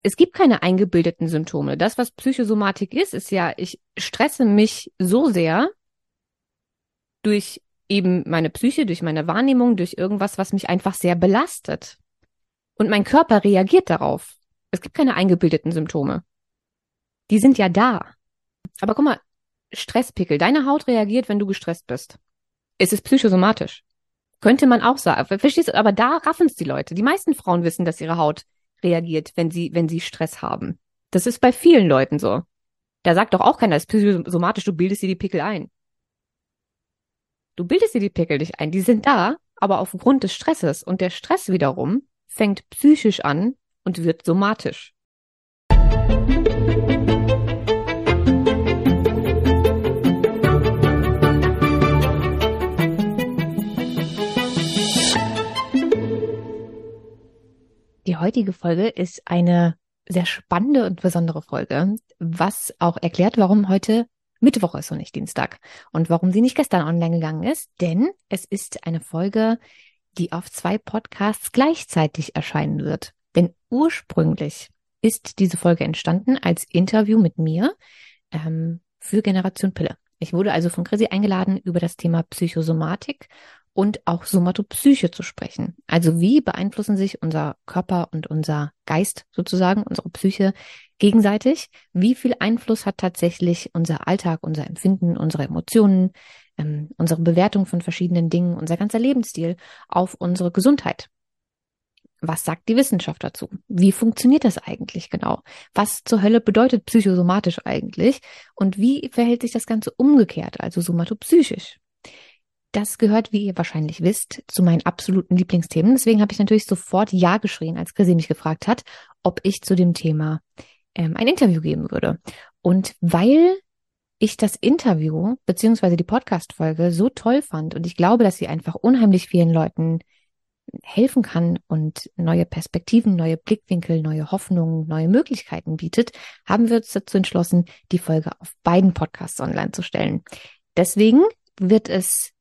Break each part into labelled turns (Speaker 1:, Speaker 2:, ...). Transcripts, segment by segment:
Speaker 1: Es gibt keine eingebildeten Symptome. Das, was Psychosomatik ist ja, ich stresse mich so sehr durch eben meine Psyche, durch meine Wahrnehmung, durch irgendwas, was mich einfach sehr belastet. Und mein Körper reagiert darauf. Es gibt keine eingebildeten Symptome. Die sind ja da. Aber guck mal, Stresspickel. Deine Haut reagiert, wenn du gestresst bist. Es ist psychosomatisch. Könnte man auch sagen. Verstehst du? Aber da raffen es die Leute. Die meisten Frauen wissen, dass ihre Haut reagiert, wenn sie Stress haben. Das ist bei vielen Leuten so. Da sagt doch auch keiner, das ist psychosomatisch, du bildest dir die Pickel ein. Du bildest dir die Pickel nicht ein. Die sind da, aber aufgrund des Stresses. Und der Stress wiederum fängt psychisch an und wird somatisch. Die heutige Folge ist eine sehr spannende und besondere Folge, was auch erklärt, warum heute Mittwoch ist und nicht Dienstag und warum sie nicht gestern online gegangen ist, denn es ist eine Folge, die auf 2 Podcasts gleichzeitig erscheinen wird. Denn ursprünglich ist diese Folge entstanden als Interview mit mir für Generation Pille. Ich wurde also von Chrissy eingeladen, über das Thema Psychosomatik und auch Somatopsyche zu sprechen. Also wie beeinflussen sich unser Körper und unser Geist sozusagen, unsere Psyche gegenseitig? Wie viel Einfluss hat tatsächlich unser Alltag, unser Empfinden, unsere Emotionen, unsere Bewertung von verschiedenen Dingen, unser ganzer Lebensstil auf unsere Gesundheit? Was sagt die Wissenschaft dazu? Wie funktioniert das eigentlich genau? Was zur Hölle bedeutet psychosomatisch eigentlich? Und wie verhält sich das Ganze umgekehrt, also somatopsychisch? Das gehört, wie ihr wahrscheinlich wisst, zu meinen absoluten Lieblingsthemen. Deswegen habe ich natürlich sofort Ja geschrien, als Chrissy mich gefragt hat, ob ich zu dem Thema ein Interview geben würde. Und weil ich das Interview beziehungsweise die Podcast-Folge so toll fand und ich glaube, dass sie einfach unheimlich vielen Leuten helfen kann und neue Perspektiven, neue Blickwinkel, neue Hoffnungen, neue Möglichkeiten bietet, haben wir uns dazu entschlossen, die Folge auf beiden Podcasts online zu stellen. Deswegen wird es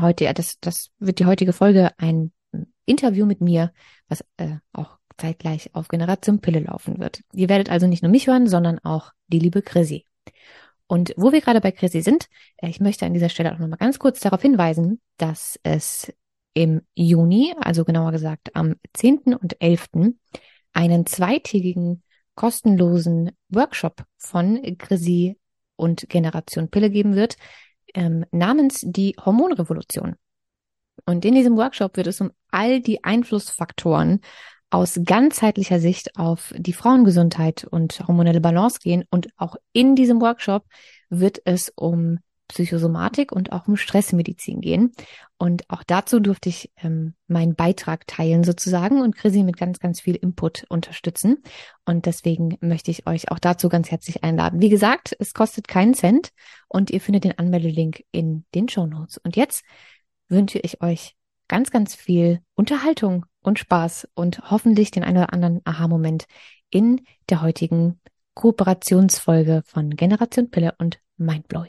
Speaker 1: das wird die heutige Folge ein Interview mit mir, was auch zeitgleich auf Generation Pille laufen wird. Ihr werdet also nicht nur mich hören, sondern auch die liebe Chrissy. Und wo wir gerade bei Chrissy sind, ich möchte an dieser Stelle auch nochmal ganz kurz darauf hinweisen, dass es im Juni, also genauer gesagt am 10. und 11. einen zweitägigen kostenlosen Workshop von Chrissy und Generation Pille geben wird, namens die Hormonrevolution. Und in diesem Workshop wird es um all die Einflussfaktoren aus ganzheitlicher Sicht auf die Frauengesundheit und hormonelle Balance gehen. Und auch in diesem Workshop wird es um Psychosomatik und auch um Stressmedizin gehen. Und auch dazu durfte ich meinen Beitrag teilen sozusagen und Chrissy mit ganz, ganz viel Input unterstützen. Und deswegen möchte ich euch auch dazu ganz herzlich einladen. Wie gesagt, es kostet keinen Cent und ihr findet den Anmeldelink in den Shownotes. Und jetzt wünsche ich euch ganz, ganz viel Unterhaltung und Spaß und hoffentlich den einen oder anderen Aha-Moment in der heutigen Kooperationsfolge von Generation Pille und Mindblowing.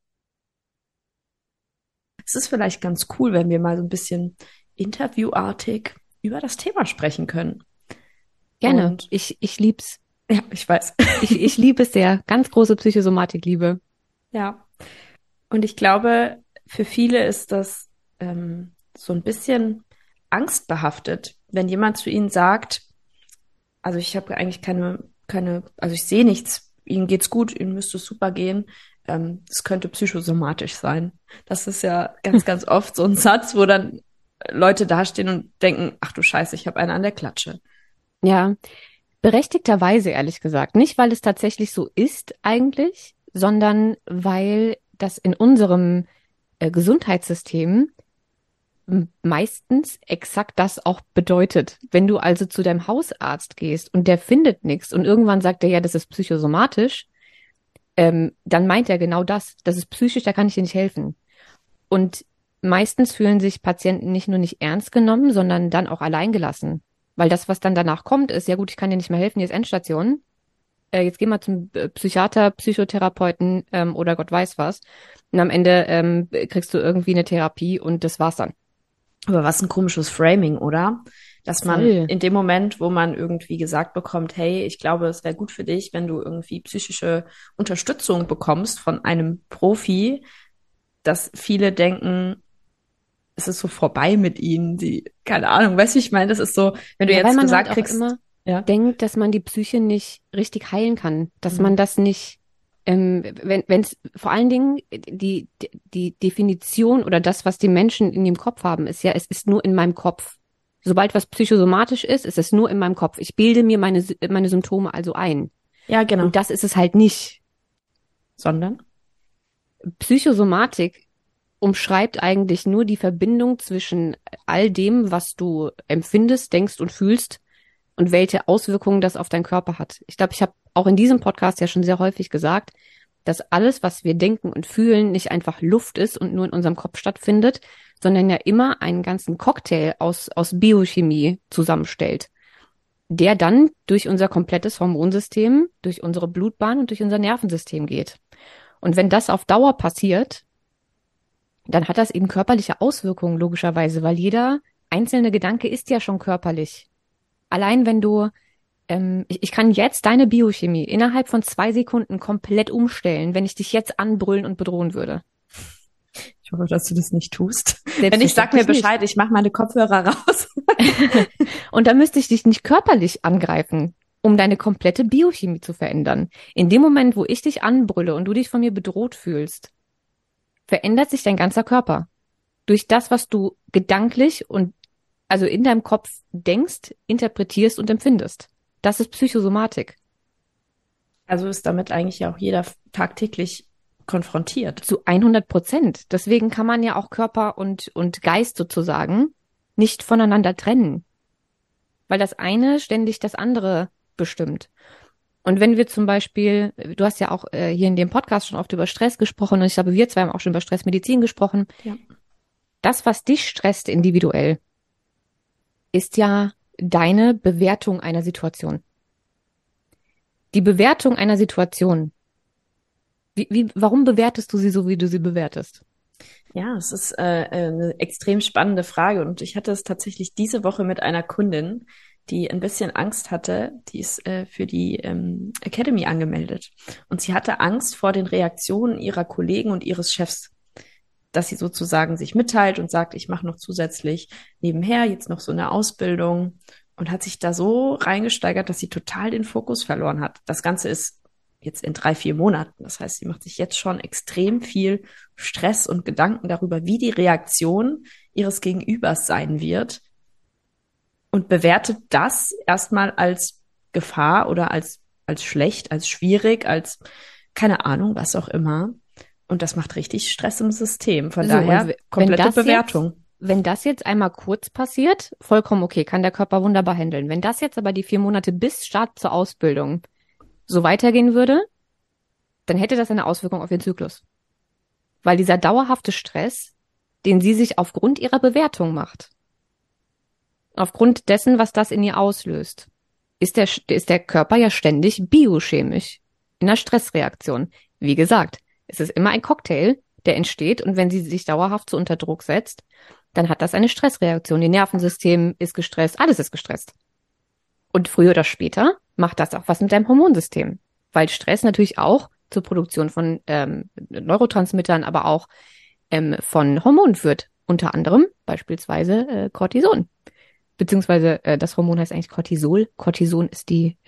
Speaker 2: Es ist vielleicht ganz cool, wenn wir mal so ein bisschen interviewartig über das Thema sprechen können.
Speaker 1: Gerne.
Speaker 2: Und
Speaker 1: Ich lieb's.
Speaker 2: ja, ich weiß.
Speaker 1: Ich liebe es sehr. Ganz große Psychosomatik-Liebe.
Speaker 2: Ja. Und ich glaube, für viele ist das so ein bisschen angstbehaftet, wenn jemand zu ihnen sagt, also ich habe eigentlich also ich sehe nichts, ihnen geht's gut, ihnen müsste es super gehen. Es könnte psychosomatisch sein. Das ist ja ganz, ganz oft so ein Satz, wo dann Leute dastehen und denken, ach du Scheiße, ich habe einen an der Klatsche.
Speaker 1: Ja, berechtigterweise ehrlich gesagt. Nicht, weil es tatsächlich so ist eigentlich, sondern weil das in unserem Gesundheitssystem meistens exakt das auch bedeutet. Wenn du also zu deinem Hausarzt gehst und der findet nichts und irgendwann sagt er, ja, das ist psychosomatisch, dann meint er genau das. Das ist psychisch, da kann ich dir nicht helfen. Und meistens fühlen sich Patienten nicht nur nicht ernst genommen, sondern dann auch alleingelassen. Weil das, was dann danach kommt, ist, ja gut, ich kann dir nicht mehr helfen, hier ist Endstation. Jetzt geh mal zum Psychiater, Psychotherapeuten oder Gott weiß was. Und am Ende kriegst du irgendwie eine Therapie und das war's dann.
Speaker 2: Aber was ein komisches Framing, oder? Dass man in dem Moment, wo man irgendwie gesagt bekommt, hey, ich glaube, es wäre gut für dich, wenn du irgendwie psychische Unterstützung bekommst von einem Profi, dass viele denken, es ist so vorbei mit ihnen, keine Ahnung, weißt du, ich meine, das ist so, wenn du
Speaker 1: Ja, weil
Speaker 2: jetzt
Speaker 1: man
Speaker 2: gesagt
Speaker 1: halt auch
Speaker 2: kriegst,
Speaker 1: immer
Speaker 2: ja,
Speaker 1: denkt, dass man die Psyche nicht richtig heilen kann, dass man das nicht, wenn es vor allen Dingen die Definition oder das, was die Menschen in ihrem Kopf haben, ist ja, es ist nur in meinem Kopf. Sobald was psychosomatisch ist es nur in meinem Kopf. Ich bilde mir meine Symptome also ein.
Speaker 2: ja, genau,
Speaker 1: Und das ist es halt nicht.
Speaker 2: sondern,
Speaker 1: Psychosomatik umschreibt eigentlich nur die Verbindung zwischen all dem, was du empfindest, denkst und fühlst und welche Auswirkungen das auf deinen Körper hat. Ich glaube, ich habe auch in diesem Podcast ja schon sehr häufig gesagt, dass alles, was wir denken und fühlen, nicht einfach Luft ist und nur in unserem Kopf stattfindet, sondern ja immer einen ganzen Cocktail aus Biochemie zusammenstellt, der dann durch unser komplettes Hormonsystem, durch unsere Blutbahn und durch unser Nervensystem geht. Und wenn das auf Dauer passiert, dann hat das eben körperliche Auswirkungen, logischerweise, weil jeder einzelne Gedanke ist ja schon körperlich. Allein wenn du, ich kann jetzt deine Biochemie innerhalb von 2 Sekunden komplett umstellen, wenn ich dich jetzt anbrüllen und bedrohen würde.
Speaker 2: ich hoffe, dass du das nicht tust. Wenn ich sag mir Bescheid, ich mache meine Kopfhörer raus.
Speaker 1: Und dann müsste ich dich nicht körperlich angreifen, um deine komplette Biochemie zu verändern. In dem Moment, wo ich dich anbrülle und du dich von mir bedroht fühlst, verändert sich dein ganzer Körper. Durch das, was du gedanklich und also in deinem Kopf denkst, interpretierst und empfindest. Das ist Psychosomatik.
Speaker 2: Also ist damit eigentlich ja auch jeder tagtäglich konfrontiert.
Speaker 1: Zu 100%. Deswegen kann man ja auch Körper und Geist sozusagen nicht voneinander trennen. Weil das eine ständig das andere bestimmt. Und wenn wir zum Beispiel, du hast ja auch hier in dem Podcast schon oft über Stress gesprochen und ich glaube, wir zwei haben auch schon über Stressmedizin gesprochen.
Speaker 2: Ja.
Speaker 1: Das, was dich stresst individuell, ist ja deine Bewertung einer Situation. Die Bewertung einer Situation. Warum bewertest du sie so, wie du sie bewertest?
Speaker 2: Ja, es ist eine extrem spannende Frage und ich hatte es tatsächlich diese Woche mit einer Kundin, die ein bisschen Angst hatte. Die ist für die Academy angemeldet und sie hatte Angst vor den Reaktionen ihrer Kollegen und ihres Chefs, dass sie sozusagen sich mitteilt und sagt, ich mache noch zusätzlich nebenher jetzt noch so eine Ausbildung und hat sich da so reingesteigert, dass sie total den Fokus verloren hat. Das Ganze ist jetzt in 3, 4 Monaten. Das heißt, sie macht sich jetzt schon extrem viel Stress und Gedanken darüber, wie die Reaktion ihres Gegenübers sein wird und bewertet das erstmal als Gefahr oder als schlecht, als schwierig, als keine Ahnung, was auch immer. Und das macht richtig Stress im System. Von daher komplette Bewertung.
Speaker 1: Wenn das jetzt einmal kurz passiert, vollkommen okay, kann der Körper wunderbar handeln. Wenn das jetzt aber die 4 Monate bis Start zur Ausbildung so weitergehen würde, dann hätte das eine Auswirkung auf ihren Zyklus. Weil dieser dauerhafte Stress, den sie sich aufgrund ihrer Bewertung macht, aufgrund dessen, was das in ihr auslöst, ist der Körper ja ständig biochemisch in einer Stressreaktion. Wie gesagt, es ist immer ein Cocktail, der entsteht und wenn sie sich dauerhaft so unter Druck setzt, dann hat das eine Stressreaktion. Ihr Nervensystem ist gestresst, alles ist gestresst. Und früher oder später macht das auch was mit deinem Hormonsystem, weil Stress natürlich auch zur Produktion von Neurotransmittern, aber auch von Hormonen führt. Unter anderem beispielsweise Cortison. Beziehungsweise das Hormon heißt eigentlich Cortisol. Cortison ist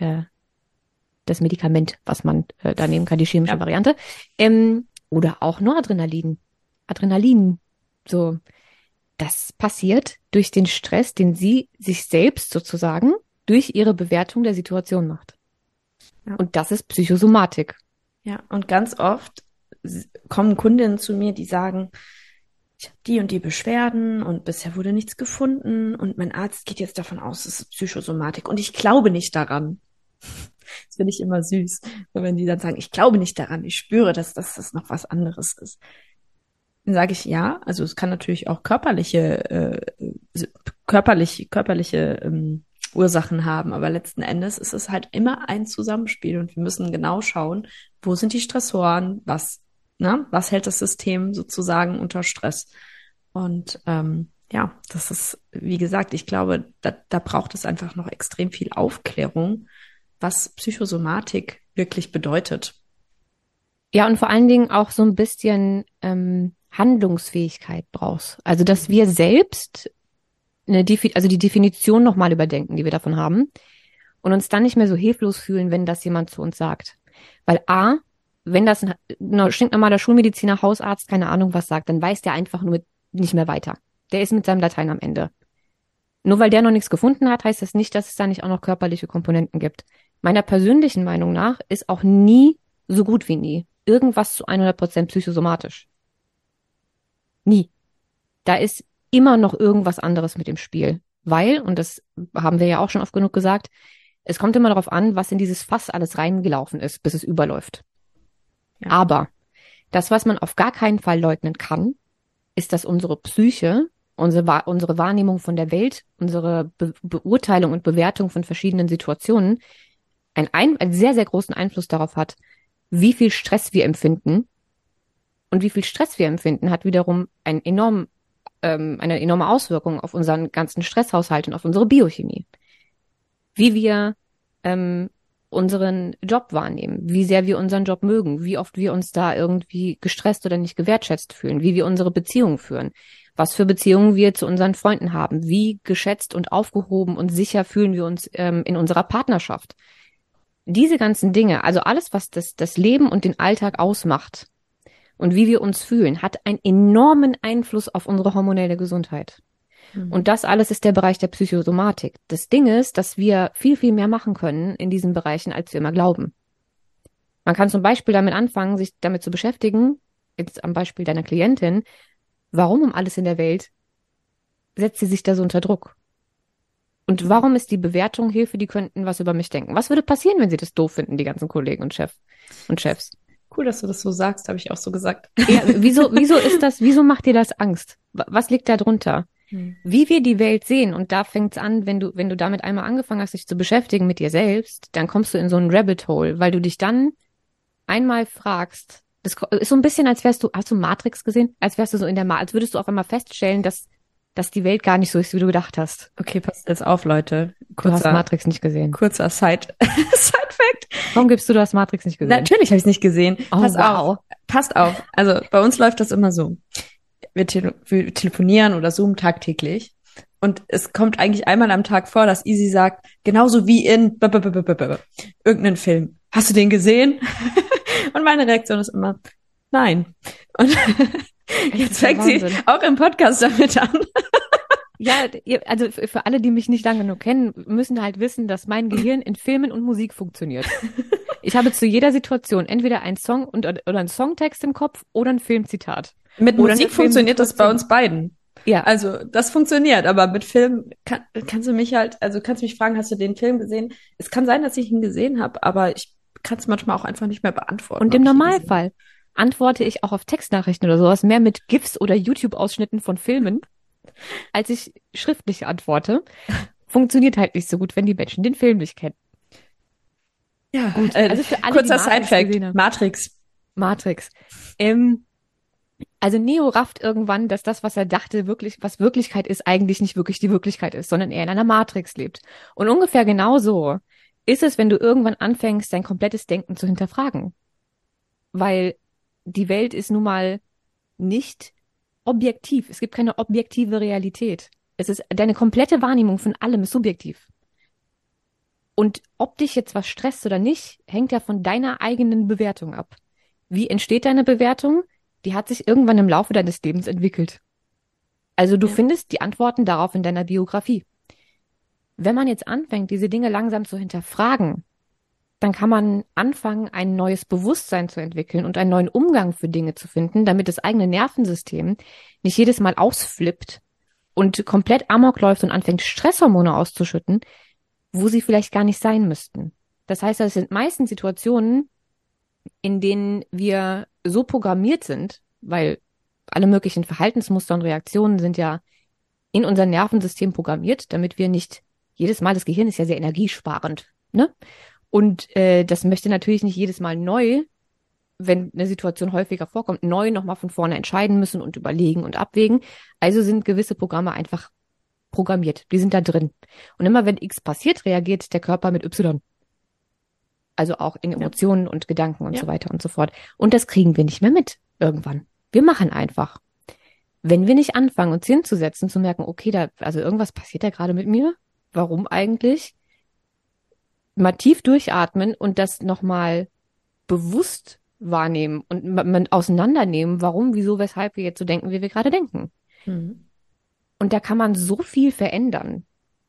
Speaker 1: das Medikament, was man da nehmen kann, die chemische Variante. Oder auch Noradrenalin. Adrenalin. So. Das passiert durch den Stress, den sie sich selbst sozusagen durch ihre Bewertung der Situation macht. Ja. Und das ist Psychosomatik.
Speaker 2: Ja, und ganz oft kommen Kundinnen zu mir, die sagen, ich habe die und die Beschwerden und bisher wurde nichts gefunden und mein Arzt geht jetzt davon aus, es ist Psychosomatik und ich glaube nicht daran. Das finde ich immer süß, wenn die dann sagen, ich glaube nicht daran, ich spüre, dass das noch was anderes ist. Dann sage ich ja, also es kann natürlich auch körperliche Ursachen haben, aber letzten Endes ist es halt immer ein Zusammenspiel und wir müssen genau schauen, wo sind die Stressoren, was hält das System sozusagen unter Stress. Und Ja, das ist, wie gesagt, ich glaube, da braucht es einfach noch extrem viel Aufklärung, was Psychosomatik wirklich bedeutet.
Speaker 1: Ja, und vor allen Dingen auch so ein bisschen Handlungsfähigkeit brauchst. Also, dass wir selbst also die Definition nochmal überdenken, die wir davon haben, und uns dann nicht mehr so hilflos fühlen, wenn das jemand zu uns sagt. Weil A, wenn das ein stinknormaler Schulmediziner, Hausarzt, keine Ahnung was sagt, dann weiß der einfach nur nicht mehr weiter. Der ist mit seinem Latein am Ende. Nur weil der noch nichts gefunden hat, heißt das nicht, dass es da nicht auch noch körperliche Komponenten gibt. Meiner persönlichen Meinung nach ist auch nie, so gut wie nie, irgendwas zu 100% psychosomatisch. Nie. Da ist immer noch irgendwas anderes mit im Spiel. Weil, und das haben wir ja auch schon oft genug gesagt, es kommt immer darauf an, was in dieses Fass alles reingelaufen ist, bis es überläuft.
Speaker 2: Ja.
Speaker 1: Aber das, was man auf gar keinen Fall leugnen kann, ist, dass unsere Psyche, unsere Wahrnehmung von der Welt, unsere Beurteilung und Bewertung von verschiedenen Situationen einen sehr, sehr großen Einfluss darauf hat, wie viel Stress wir empfinden. Und wie viel Stress wir empfinden, hat wiederum eine enorme Auswirkung auf unseren ganzen Stresshaushalt und auf unsere Biochemie. Wie wir unseren Job wahrnehmen, wie sehr wir unseren Job mögen, wie oft wir uns da irgendwie gestresst oder nicht gewertschätzt fühlen, wie wir unsere Beziehungen führen, was für Beziehungen wir zu unseren Freunden haben, wie geschätzt und aufgehoben und sicher fühlen wir uns in unserer Partnerschaft. Diese ganzen Dinge, also alles, was das Leben und den Alltag ausmacht und wie wir uns fühlen, hat einen enormen Einfluss auf unsere hormonelle Gesundheit. Und das alles ist der Bereich der Psychosomatik. Das Ding ist, dass wir viel, viel mehr machen können in diesen Bereichen, als wir immer glauben. Man kann zum Beispiel damit anfangen, sich damit zu beschäftigen, jetzt am Beispiel deiner Klientin, warum um alles in der Welt setzt sie sich da so unter Druck? Und warum ist die Bewertung Hilfe, die könnten was über mich denken? Was würde passieren, wenn sie das doof finden, die ganzen Kollegen und Chefs?
Speaker 2: Cool, dass du das so sagst, habe ich auch so gesagt.
Speaker 1: Ja, wieso ist das, wieso macht dir das Angst? Was liegt da drunter? Wie wir die Welt sehen, und da fängt's an, wenn du damit einmal angefangen hast, dich zu beschäftigen mit dir selbst, dann kommst du in so einen Rabbit Hole, weil du dich dann einmal fragst, das ist so ein bisschen, hast du Matrix gesehen? Als wärst du so als würdest du auf einmal feststellen, dass die Welt gar nicht so ist, wie du gedacht hast.
Speaker 2: Okay, passt jetzt auf, Leute.
Speaker 1: Du hast Matrix nicht gesehen.
Speaker 2: Kurzer Side-Fact.
Speaker 1: Warum gibst du hast Matrix nicht gesehen?
Speaker 2: Natürlich habe ich es nicht gesehen.
Speaker 1: Oh, wow.
Speaker 2: Passt auf. Also bei uns läuft das immer so. Wir telefonieren oder Zoom tagtäglich. Und es kommt eigentlich einmal am Tag vor, dass Easy sagt, genauso wie in irgendeinen Film. Hast du den gesehen? Und meine Reaktion ist immer, nein. Und jetzt fängt sie auch im Podcast damit an.
Speaker 1: Ja, also für alle, die mich nicht lange genug kennen, müssen halt wissen, dass mein Gehirn in Filmen und Musik funktioniert. Ich habe zu jeder Situation entweder einen Song oder einen Songtext im Kopf oder ein Filmzitat.
Speaker 2: Mit Musik funktioniert das bei uns beiden.
Speaker 1: Ja.
Speaker 2: Also das funktioniert, aber mit Film kannst du mich kannst mich fragen, hast du den Film gesehen? Es kann sein, dass ich ihn gesehen habe, aber ich kann es manchmal auch einfach nicht mehr beantworten.
Speaker 1: Und im Normalfall antworte ich auch auf Textnachrichten oder sowas mehr mit GIFs oder YouTube-Ausschnitten von Filmen, als ich schriftlich antworte. Funktioniert halt nicht so gut, wenn die Menschen den Film nicht kennen.
Speaker 2: Ja, gut. Also für alle, kurzer Side-Fact, Matrix.
Speaker 1: Also Neo rafft irgendwann, dass das, was er dachte, was Wirklichkeit ist, eigentlich nicht wirklich die Wirklichkeit ist, sondern er in einer Matrix lebt. Und ungefähr genauso ist es, wenn du irgendwann anfängst, dein komplettes Denken zu hinterfragen. Weil die Welt ist nun mal nicht objektiv. Es gibt keine objektive Realität. Deine komplette Wahrnehmung von allem ist subjektiv. Und ob dich jetzt was stresst oder nicht, hängt ja von deiner eigenen Bewertung ab. Wie entsteht deine Bewertung? Die hat sich irgendwann im Laufe deines Lebens entwickelt. Also du findest die Antworten darauf in deiner Biografie. Wenn man jetzt anfängt, diese Dinge langsam zu hinterfragen, dann kann man anfangen, ein neues Bewusstsein zu entwickeln und einen neuen Umgang für Dinge zu finden, damit das eigene Nervensystem nicht jedes Mal ausflippt und komplett amok läuft und anfängt, Stresshormone auszuschütten, wo sie vielleicht gar nicht sein müssten. Das heißt, das sind meistens Situationen, in denen wir so programmiert sind, weil alle möglichen Verhaltensmuster und Reaktionen sind ja in unser Nervensystem programmiert, damit wir nicht jedes Mal, das Gehirn ist ja sehr energiesparend, ne? Und das möchte natürlich nicht jedes Mal neu wenn eine Situation häufiger vorkommt, neu nochmal von vorne entscheiden müssen und überlegen und abwägen. Also sind gewisse Programme einfach programmiert. Die sind da drin. Und immer wenn X passiert, reagiert der Körper mit Y. Also auch in
Speaker 2: Ja.
Speaker 1: Emotionen und Gedanken und
Speaker 2: Ja.
Speaker 1: so weiter und so fort. Und das kriegen wir nicht mehr mit irgendwann. Wir machen einfach. Wenn wir nicht anfangen, uns hinzusetzen, zu merken, okay, also irgendwas passiert da gerade mit mir. Warum eigentlich? Mal tief durchatmen und das nochmal bewusst wahrnehmen und man auseinandernehmen, warum, wieso, weshalb wir jetzt so denken, wie wir gerade denken.
Speaker 2: Mhm.
Speaker 1: Und da kann man so viel verändern.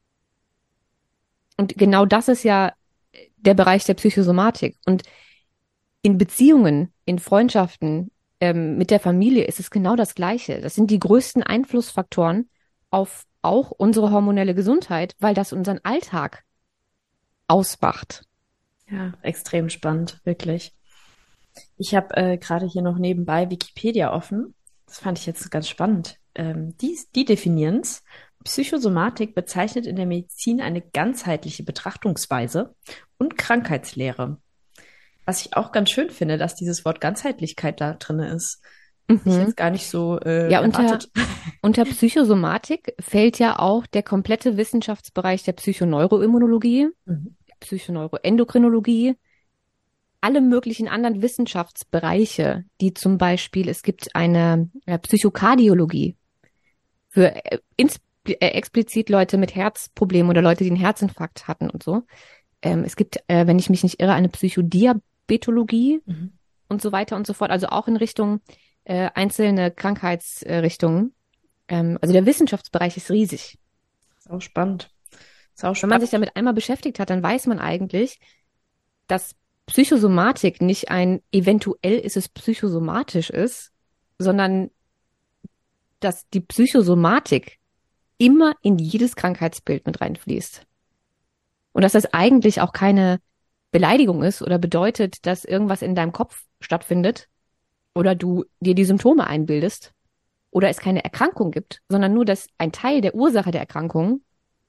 Speaker 1: Und genau das ist ja der Bereich der Psychosomatik. Und in Beziehungen, in Freundschaften, mit der Familie ist es genau das Gleiche. Das sind die größten Einflussfaktoren auf auch unsere hormonelle Gesundheit, weil das unseren Alltag ausmacht.
Speaker 2: Ja, extrem spannend, wirklich. Ich habe gerade hier noch nebenbei Wikipedia offen. Das fand ich jetzt ganz spannend. Die definieren es. Psychosomatik bezeichnet in der Medizin eine ganzheitliche Betrachtungsweise und Krankheitslehre. Was ich auch ganz schön finde, dass dieses Wort Ganzheitlichkeit da drin ist. Hätte ich
Speaker 1: Mhm.
Speaker 2: jetzt gar nicht so
Speaker 1: Ja,
Speaker 2: erwartet.
Speaker 1: unter Psychosomatik fällt ja auch der komplette Wissenschaftsbereich der Psychoneuroimmunologie,
Speaker 2: Mhm.
Speaker 1: Psychoneuroendokrinologie, alle möglichen anderen Wissenschaftsbereiche, die zum Beispiel, es gibt eine Psychokardiologie für explizit Leute mit Herzproblemen oder Leute, die einen Herzinfarkt hatten und so. Es gibt, wenn ich mich nicht irre, eine Psychodiabetologie
Speaker 2: Mhm.
Speaker 1: und so weiter und so fort, also auch in Richtung einzelne Krankheitsrichtungen. Also der Wissenschaftsbereich ist riesig.
Speaker 2: Ist auch spannend. Ist auch
Speaker 1: Wenn man sich
Speaker 2: spannend.
Speaker 1: damit einmal beschäftigt hat, dann weiß man eigentlich, dass Psychosomatik nicht ein eventuell ist es psychosomatisch ist, sondern dass die Psychosomatik immer in jedes Krankheitsbild mit reinfließt. Und dass das eigentlich auch keine Beleidigung ist oder bedeutet, dass irgendwas in deinem Kopf stattfindet oder du dir die Symptome einbildest oder es keine Erkrankung gibt, sondern nur, dass ein Teil der Ursache der Erkrankung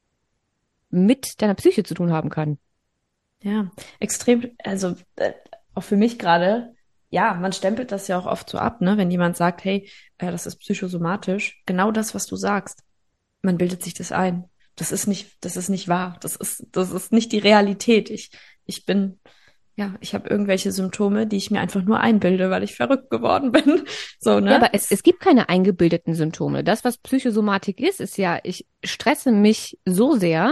Speaker 1: mit deiner Psyche zu tun haben kann.
Speaker 2: Ja, extrem, also auch für mich gerade, ja, man stempelt das ja auch oft so ab, ne? Wenn jemand sagt, hey, das ist psychosomatisch, genau das, was du sagst. Man bildet sich das ein. Das ist nicht wahr. Das ist nicht die Realität. Ich bin, ja, ich habe irgendwelche Symptome, die ich mir einfach nur einbilde, weil ich verrückt geworden bin. So,
Speaker 1: Ja,
Speaker 2: ne?
Speaker 1: aber es gibt keine eingebildeten Symptome. Das, was Psychosomatik ist ja, ich stresse mich so sehr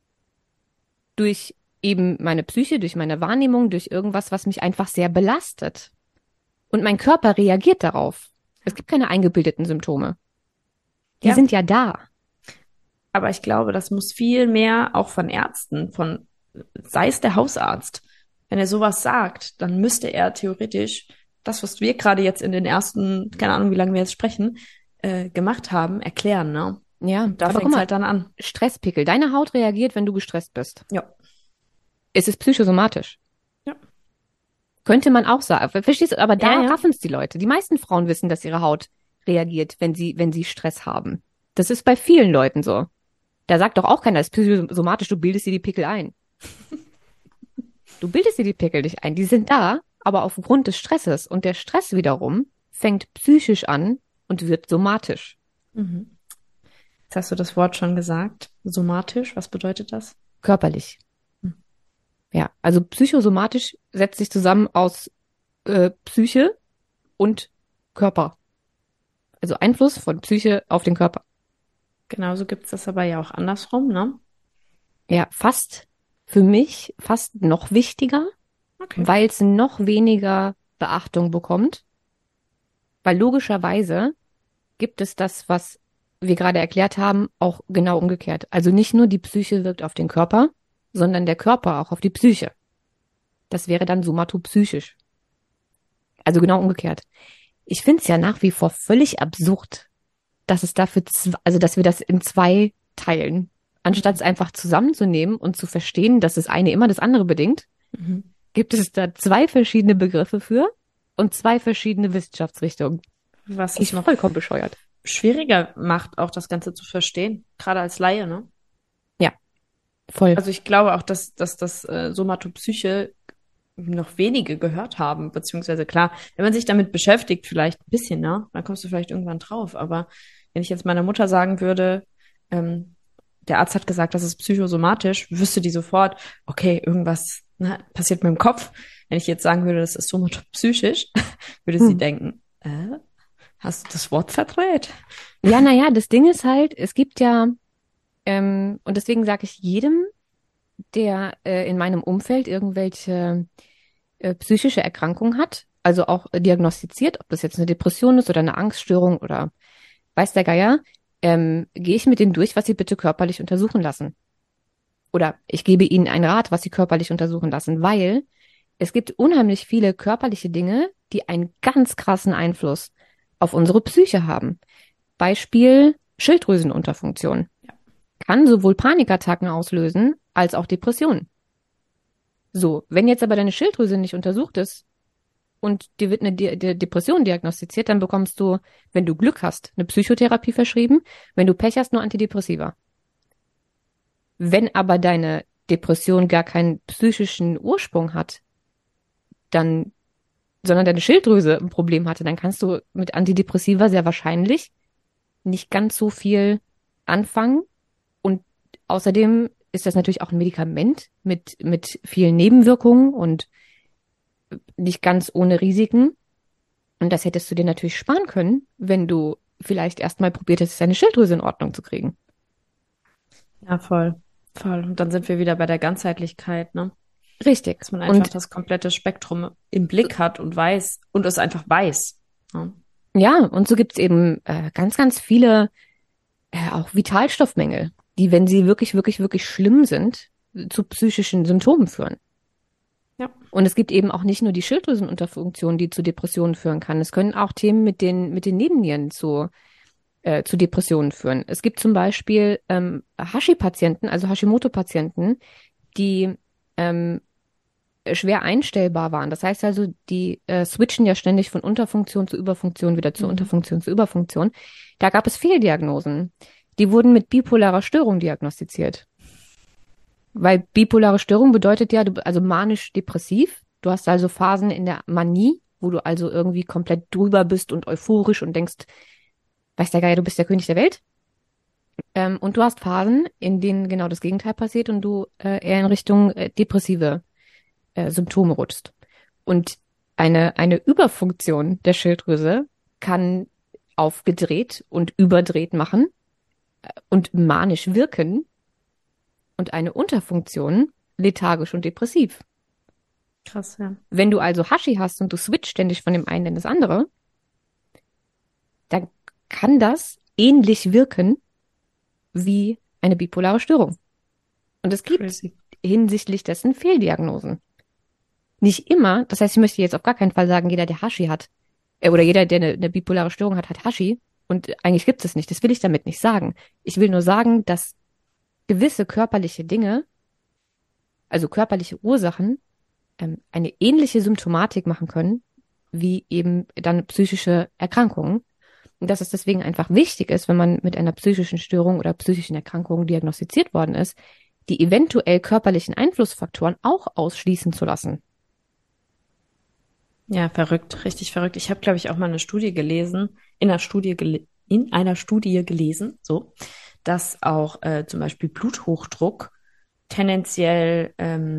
Speaker 1: durch eben meine Psyche, durch meine Wahrnehmung, durch irgendwas, was mich einfach sehr belastet. Und mein Körper reagiert darauf. Es gibt keine eingebildeten Symptome. Die
Speaker 2: Ja,
Speaker 1: sind ja da.
Speaker 2: aber ich glaube, das muss viel mehr auch von Ärzten, sei es der Hausarzt. Wenn er sowas sagt, dann müsste er theoretisch das, was wir gerade jetzt in den ersten, keine Ahnung, wie lange wir jetzt sprechen, gemacht haben, erklären, ne?
Speaker 1: Ja,
Speaker 2: Und da
Speaker 1: aber guck
Speaker 2: fängt's
Speaker 1: mal,
Speaker 2: halt dann an.
Speaker 1: Stresspickel. Deine Haut reagiert, wenn du gestresst bist.
Speaker 2: Ja.
Speaker 1: Es ist psychosomatisch.
Speaker 2: Ja.
Speaker 1: Könnte man auch sagen. Verstehst du? Aber
Speaker 2: Ja,
Speaker 1: da
Speaker 2: ja.
Speaker 1: raffen es die Leute. Die meisten Frauen wissen, dass ihre Haut reagiert, wenn sie Stress haben. Das ist bei vielen Leuten so. Da sagt doch auch keiner, das ist psychosomatisch, du bildest dir die Pickel ein. Du bildest dir die Pickel nicht ein. Die sind da, aber aufgrund des Stresses. Und der Stress wiederum fängt psychisch an und wird somatisch.
Speaker 2: Mhm. Jetzt hast du das Wort schon gesagt. Somatisch, was bedeutet das?
Speaker 1: Körperlich.
Speaker 2: Hm.
Speaker 1: Ja, also psychosomatisch setzt sich zusammen aus Psyche und Körper. Also Einfluss von Psyche auf den Körper.
Speaker 2: Genauso gibt's das aber ja auch andersrum, ne?
Speaker 1: Ja, für mich fast noch wichtiger,
Speaker 2: Okay.
Speaker 1: weil es noch weniger Beachtung bekommt. Weil logischerweise gibt es das, was wir gerade erklärt haben, auch genau umgekehrt. Also nicht nur die Psyche wirkt auf den Körper, sondern der Körper auch auf die Psyche. Das wäre dann somatopsychisch. Also genau umgekehrt. Ich finde es ja nach wie vor völlig absurd, dass es dafür, also dass wir das in zwei teilen, anstatt es einfach zusammenzunehmen und zu verstehen, dass das eine immer das andere bedingt,
Speaker 2: Mhm.
Speaker 1: gibt es da zwei verschiedene Begriffe für und zwei verschiedene Wissenschaftsrichtungen.
Speaker 2: Was es
Speaker 1: Ich
Speaker 2: noch
Speaker 1: vollkommen bescheuert.
Speaker 2: schwieriger macht, auch das Ganze zu verstehen, gerade als Laie, ne?
Speaker 1: Ja, voll.
Speaker 2: Also ich glaube auch, dass das Somatopsyche noch wenige gehört haben, beziehungsweise klar, wenn man sich damit beschäftigt, vielleicht ein bisschen, ne, dann kommst du vielleicht irgendwann drauf. Aber wenn ich jetzt meiner Mutter sagen würde, der Arzt hat gesagt, das ist psychosomatisch, wüsste die sofort, okay, irgendwas, ne, passiert mit dem Kopf. Wenn ich jetzt sagen würde, das ist somatopsychisch, würde sie
Speaker 1: Hm.
Speaker 2: denken, hast du das Wort verdreht?
Speaker 1: Ja, naja, das Ding ist halt, es gibt ja, und deswegen sage ich jedem, der in meinem Umfeld irgendwelche psychische Erkrankung hat, also auch diagnostiziert, ob das jetzt eine Depression ist oder eine Angststörung oder weiß der Geier, gehe ich mit denen durch, was sie bitte körperlich untersuchen lassen. Oder ich gebe ihnen einen Rat, was sie körperlich untersuchen lassen, weil es gibt unheimlich viele körperliche Dinge, die einen ganz krassen Einfluss auf unsere Psyche haben. Beispiel Schilddrüsenunterfunktion. Kann sowohl Panikattacken auslösen als auch Depressionen. So, wenn jetzt aber deine Schilddrüse nicht untersucht ist und dir wird eine Depression diagnostiziert, dann bekommst du, wenn du Glück hast, eine Psychotherapie verschrieben, wenn du Pech hast, nur Antidepressiva. Wenn aber deine Depression gar keinen psychischen Ursprung hat, dann, sondern deine Schilddrüse ein Problem hatte, dann kannst du mit Antidepressiva sehr wahrscheinlich nicht ganz so viel anfangen. Und außerdem ist das natürlich auch ein Medikament mit vielen Nebenwirkungen und nicht ganz ohne Risiken. Und das hättest du dir natürlich sparen können, wenn du vielleicht erstmal probiert hättest, deine Schilddrüse in Ordnung zu kriegen.
Speaker 2: Ja, voll. Voll. Und dann sind wir wieder bei der Ganzheitlichkeit, ne?
Speaker 1: Richtig.
Speaker 2: Dass man einfach
Speaker 1: Und
Speaker 2: das komplette Spektrum im Blick hat und weiß und es einfach weiß. Ne?
Speaker 1: ja, und so gibt's eben ganz, ganz viele auch Vitalstoffmängel, die, wenn sie wirklich, wirklich, wirklich schlimm sind, zu psychischen Symptomen führen.
Speaker 2: Ja.
Speaker 1: Und es gibt eben auch nicht nur die Schilddrüsenunterfunktion, die zu Depressionen führen kann. Es können auch Themen mit den Nebennieren zu Depressionen führen. Es gibt zum Beispiel Hashi-Patienten, also Hashimoto-Patienten, die ähm, schwer einstellbar waren. Das heißt also, die switchen ja ständig von Unterfunktion zu Überfunktion, wieder zu
Speaker 2: Mhm.
Speaker 1: Unterfunktion zu Überfunktion. Da gab es Fehldiagnosen. Die wurden mit bipolarer Störung diagnostiziert. Weil bipolare Störung bedeutet ja, also manisch-depressiv. Du hast also Phasen in der Manie, wo du also irgendwie komplett drüber bist und euphorisch und denkst, weiß der Geier, du bist der König der Welt. Und du hast Phasen, in denen genau das Gegenteil passiert und du eher in Richtung depressive Symptome rutschst. Und eine Überfunktion der Schilddrüse kann aufgedreht und überdreht machen und manisch wirken und eine Unterfunktion lethargisch und depressiv.
Speaker 2: Krass, ja.
Speaker 1: Wenn du also Hashi hast und du switcht ständig von dem einen in das andere, dann kann das ähnlich wirken wie eine bipolare Störung. Und es gibt
Speaker 2: Crazy.
Speaker 1: hinsichtlich dessen Fehldiagnosen. Nicht immer, das heißt, ich möchte jetzt auf gar keinen Fall sagen, jeder, der Hashi hat, oder jeder, der eine bipolare Störung hat, hat Hashi. Und eigentlich gibt es nicht. Das will ich damit nicht sagen. Ich will nur sagen, dass gewisse körperliche Dinge, also körperliche Ursachen, eine ähnliche Symptomatik machen können, wie eben dann psychische Erkrankungen. Und dass es deswegen einfach wichtig ist, wenn man mit einer psychischen Störung oder psychischen Erkrankung diagnostiziert worden ist, die eventuell körperlichen Einflussfaktoren auch ausschließen zu lassen.
Speaker 2: Ja, verrückt, richtig verrückt. Ich habe, glaube ich, auch mal eine Studie gelesen, in einer Studie gelesen, so, dass auch zum Beispiel Bluthochdruck tendenziell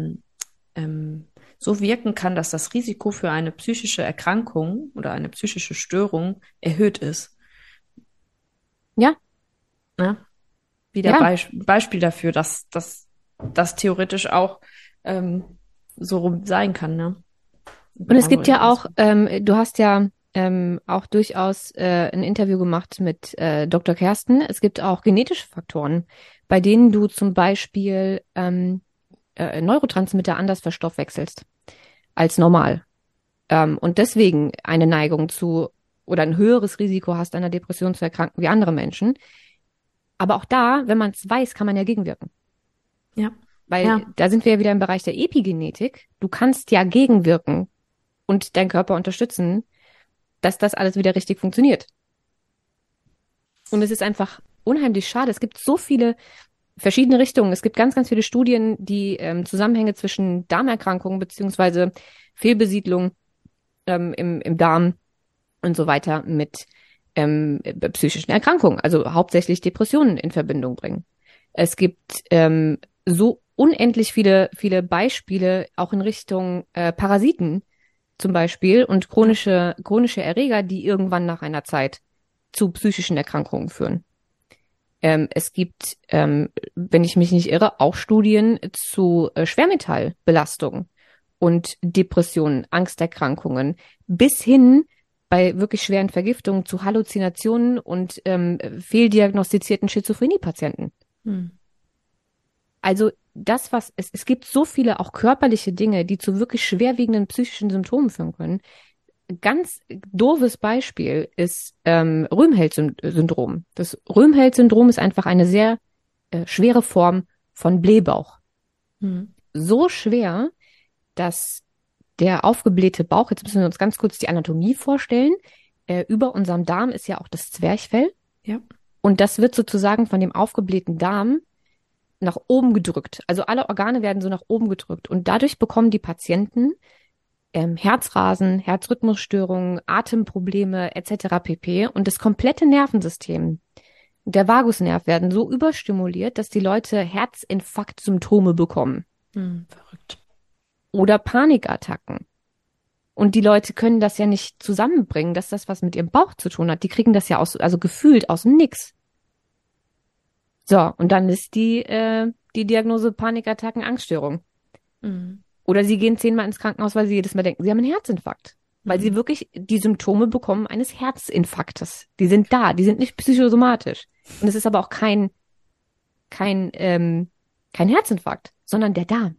Speaker 2: so wirken kann, dass das Risiko für eine psychische Erkrankung oder eine psychische Störung erhöht ist.
Speaker 1: Ja,
Speaker 2: Ne? Wieder
Speaker 1: ja.
Speaker 2: Beispiel dafür, dass das theoretisch auch so rum sein kann, ne?
Speaker 1: Und es
Speaker 2: Genau
Speaker 1: gibt ja auch,
Speaker 2: andersrum.
Speaker 1: du hast ja auch durchaus ein Interview gemacht mit Dr. Kersten. Es gibt auch genetische Faktoren, bei denen du zum Beispiel Neurotransmitter anders verstoffwechselst als normal. Und deswegen eine Neigung zu oder ein höheres Risiko hast, an einer Depression zu erkranken wie andere Menschen. Aber auch da, wenn man es weiß, kann man ja gegenwirken.
Speaker 2: Ja,
Speaker 1: Weil
Speaker 2: ja,
Speaker 1: da sind wir ja wieder im Bereich der Epigenetik. Du kannst ja gegenwirken und deinen Körper unterstützen, dass das alles wieder richtig funktioniert. Und es ist einfach unheimlich schade. Es gibt so viele verschiedene Richtungen. Es gibt ganz, ganz viele Studien, die Zusammenhänge zwischen Darmerkrankungen beziehungsweise Fehlbesiedlung im Darm und so weiter mit psychischen Erkrankungen, also hauptsächlich Depressionen in Verbindung bringen. Es gibt so unendlich viele Beispiele, auch in Richtung Parasiten zum Beispiel und
Speaker 2: Ja.
Speaker 1: chronische Erreger, die irgendwann nach einer Zeit zu psychischen Erkrankungen führen. Es gibt, wenn ich mich nicht irre, auch Studien zu Schwermetallbelastung und Depressionen, Angsterkrankungen, bis hin bei wirklich schweren Vergiftungen zu Halluzinationen und fehldiagnostizierten Schizophrenie-Patienten.
Speaker 2: Hm.
Speaker 1: Also es gibt so viele auch körperliche Dinge, die zu wirklich schwerwiegenden psychischen Symptomen führen können. Ganz doofes Beispiel ist Röhmheld-Syndrom. Das Röhmheld-Syndrom ist einfach eine sehr schwere Form von Blähbauch.
Speaker 2: Hm.
Speaker 1: So schwer, dass der aufgeblähte Bauch, jetzt müssen wir uns ganz kurz die Anatomie vorstellen, über unserem Darm ist ja auch das Zwerchfell
Speaker 2: Ja.
Speaker 1: und das wird sozusagen von dem aufgeblähten Darm nach oben gedrückt. Also alle Organe werden so nach oben gedrückt und dadurch bekommen die Patienten Herzrasen, Herzrhythmusstörungen, Atemprobleme etc. pp. Und das komplette Nervensystem, der Vagusnerv werden so überstimuliert, dass die Leute Herzinfarktsymptome bekommen
Speaker 2: Hm. Verrückt.
Speaker 1: oder Panikattacken. Und die Leute können das ja nicht zusammenbringen, dass das was mit ihrem Bauch zu tun hat. Die kriegen das ja also gefühlt aus dem Nix. So, und dann ist die Diagnose Panikattacken, Angststörung.
Speaker 2: Hm.
Speaker 1: Oder sie gehen 10-mal ins Krankenhaus, weil sie jedes Mal denken, sie haben einen Herzinfarkt. Weil sie
Speaker 2: Hm.
Speaker 1: wirklich die Symptome bekommen eines Herzinfarktes. Die sind da, die sind nicht psychosomatisch. Und es ist aber auch kein, ähm, kein Herzinfarkt, sondern der Darm.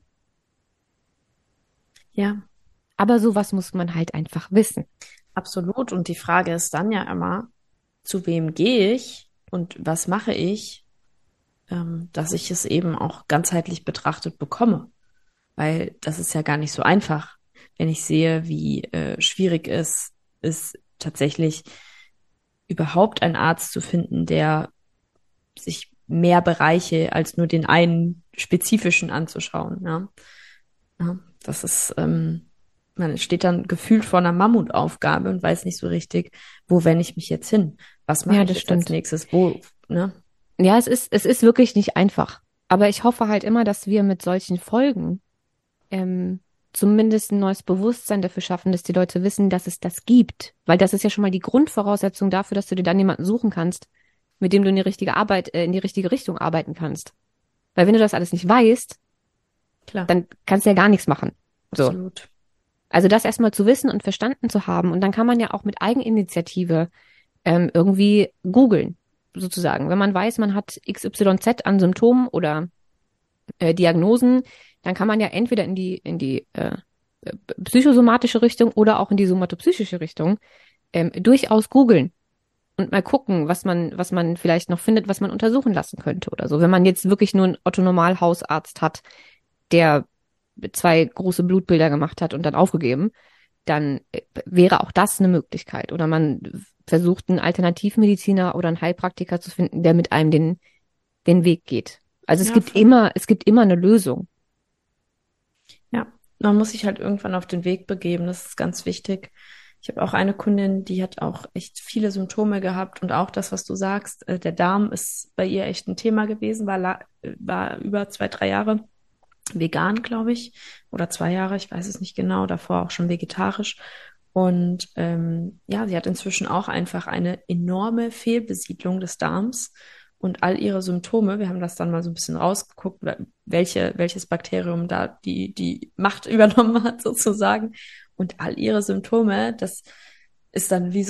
Speaker 2: Ja,
Speaker 1: Aber sowas muss man halt einfach wissen.
Speaker 2: absolut. Und die Frage ist dann ja immer, zu wem gehe ich und was mache ich, dass ich es eben auch ganzheitlich betrachtet bekomme. Weil das ist ja gar nicht so einfach, wenn ich sehe, wie schwierig es ist, tatsächlich überhaupt einen Arzt zu finden, der sich mehr Bereiche als nur den einen spezifischen anzuschauen. Ja, ja das ist, man steht dann gefühlt vor einer Mammutaufgabe und weiß nicht so richtig, wo wende ich mich jetzt hin? Was mache
Speaker 1: Ja,
Speaker 2: ich
Speaker 1: das
Speaker 2: jetzt als
Speaker 1: stimmt.
Speaker 2: nächstes? Wo, ne?
Speaker 1: Ja, es ist wirklich nicht einfach. Aber ich hoffe halt immer, dass wir mit solchen Folgen ähm, zumindest ein neues Bewusstsein dafür schaffen, dass die Leute wissen, dass es das gibt. Weil das ist ja schon mal die Grundvoraussetzung dafür, dass du dir dann jemanden suchen kannst, mit dem du in die richtige Richtung arbeiten kannst. Weil wenn du das alles nicht weißt,
Speaker 2: Klar,
Speaker 1: dann kannst du ja gar nichts machen. So.
Speaker 2: absolut.
Speaker 1: Also das erstmal zu wissen und verstanden zu haben. Und dann kann man ja auch mit Eigeninitiative irgendwie googeln, sozusagen. Wenn man weiß, man hat XYZ an Symptomen oder Diagnosen, dann kann man ja entweder in die psychosomatische Richtung oder auch in die somatopsychische Richtung durchaus googeln und mal gucken, was man vielleicht noch findet, was man untersuchen lassen könnte oder so. Wenn man jetzt wirklich nur einen Otto-Normal-Hausarzt hat, der 2 große Blutbilder gemacht hat und dann aufgegeben, dann wäre auch das eine Möglichkeit. Oder man versucht, einen Alternativmediziner oder einen Heilpraktiker zu finden, der mit einem den Weg geht. Also
Speaker 2: Ja, voll.
Speaker 1: es gibt immer eine Lösung.
Speaker 2: Ja, man muss sich halt irgendwann auf den Weg begeben. Das ist ganz wichtig. Ich habe auch eine Kundin, die hat auch echt viele Symptome gehabt und auch das, was du sagst, der Darm ist bei ihr echt ein Thema gewesen, war über 2, 3 Jahre vegan, glaube ich, oder 2 Jahre, ich weiß es nicht genau, davor auch schon vegetarisch. Und ja, sie hat inzwischen auch einfach eine enorme Fehlbesiedlung des Darms und all ihre Symptome. Wir haben das dann mal so ein bisschen rausgeguckt, welches Bakterium da die Macht übernommen hat, sozusagen. Und all ihre Symptome, das ist dann wie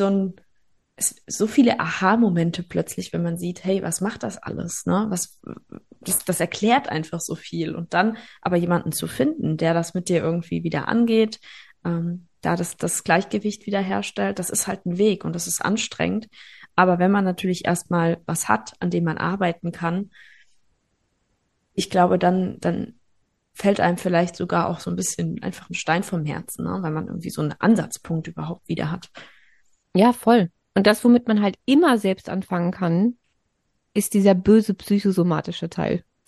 Speaker 2: so viele Aha-Momente plötzlich, wenn man sieht, hey, was macht das alles, ne? Das erklärt einfach so viel. Und dann aber jemanden zu finden, der das mit dir irgendwie wieder angeht, da das Gleichgewicht wieder herstellt, das ist halt ein Weg und das ist anstrengend. Aber wenn man natürlich erstmal was hat, an dem man arbeiten kann, ich glaube, dann fällt einem vielleicht sogar auch so ein bisschen einfach ein Stein vom Herzen, ne? Weil man irgendwie so einen Ansatzpunkt überhaupt wieder hat.
Speaker 1: Ja, voll. Und das, womit man halt immer selbst anfangen kann, ist dieser böse psychosomatische Teil.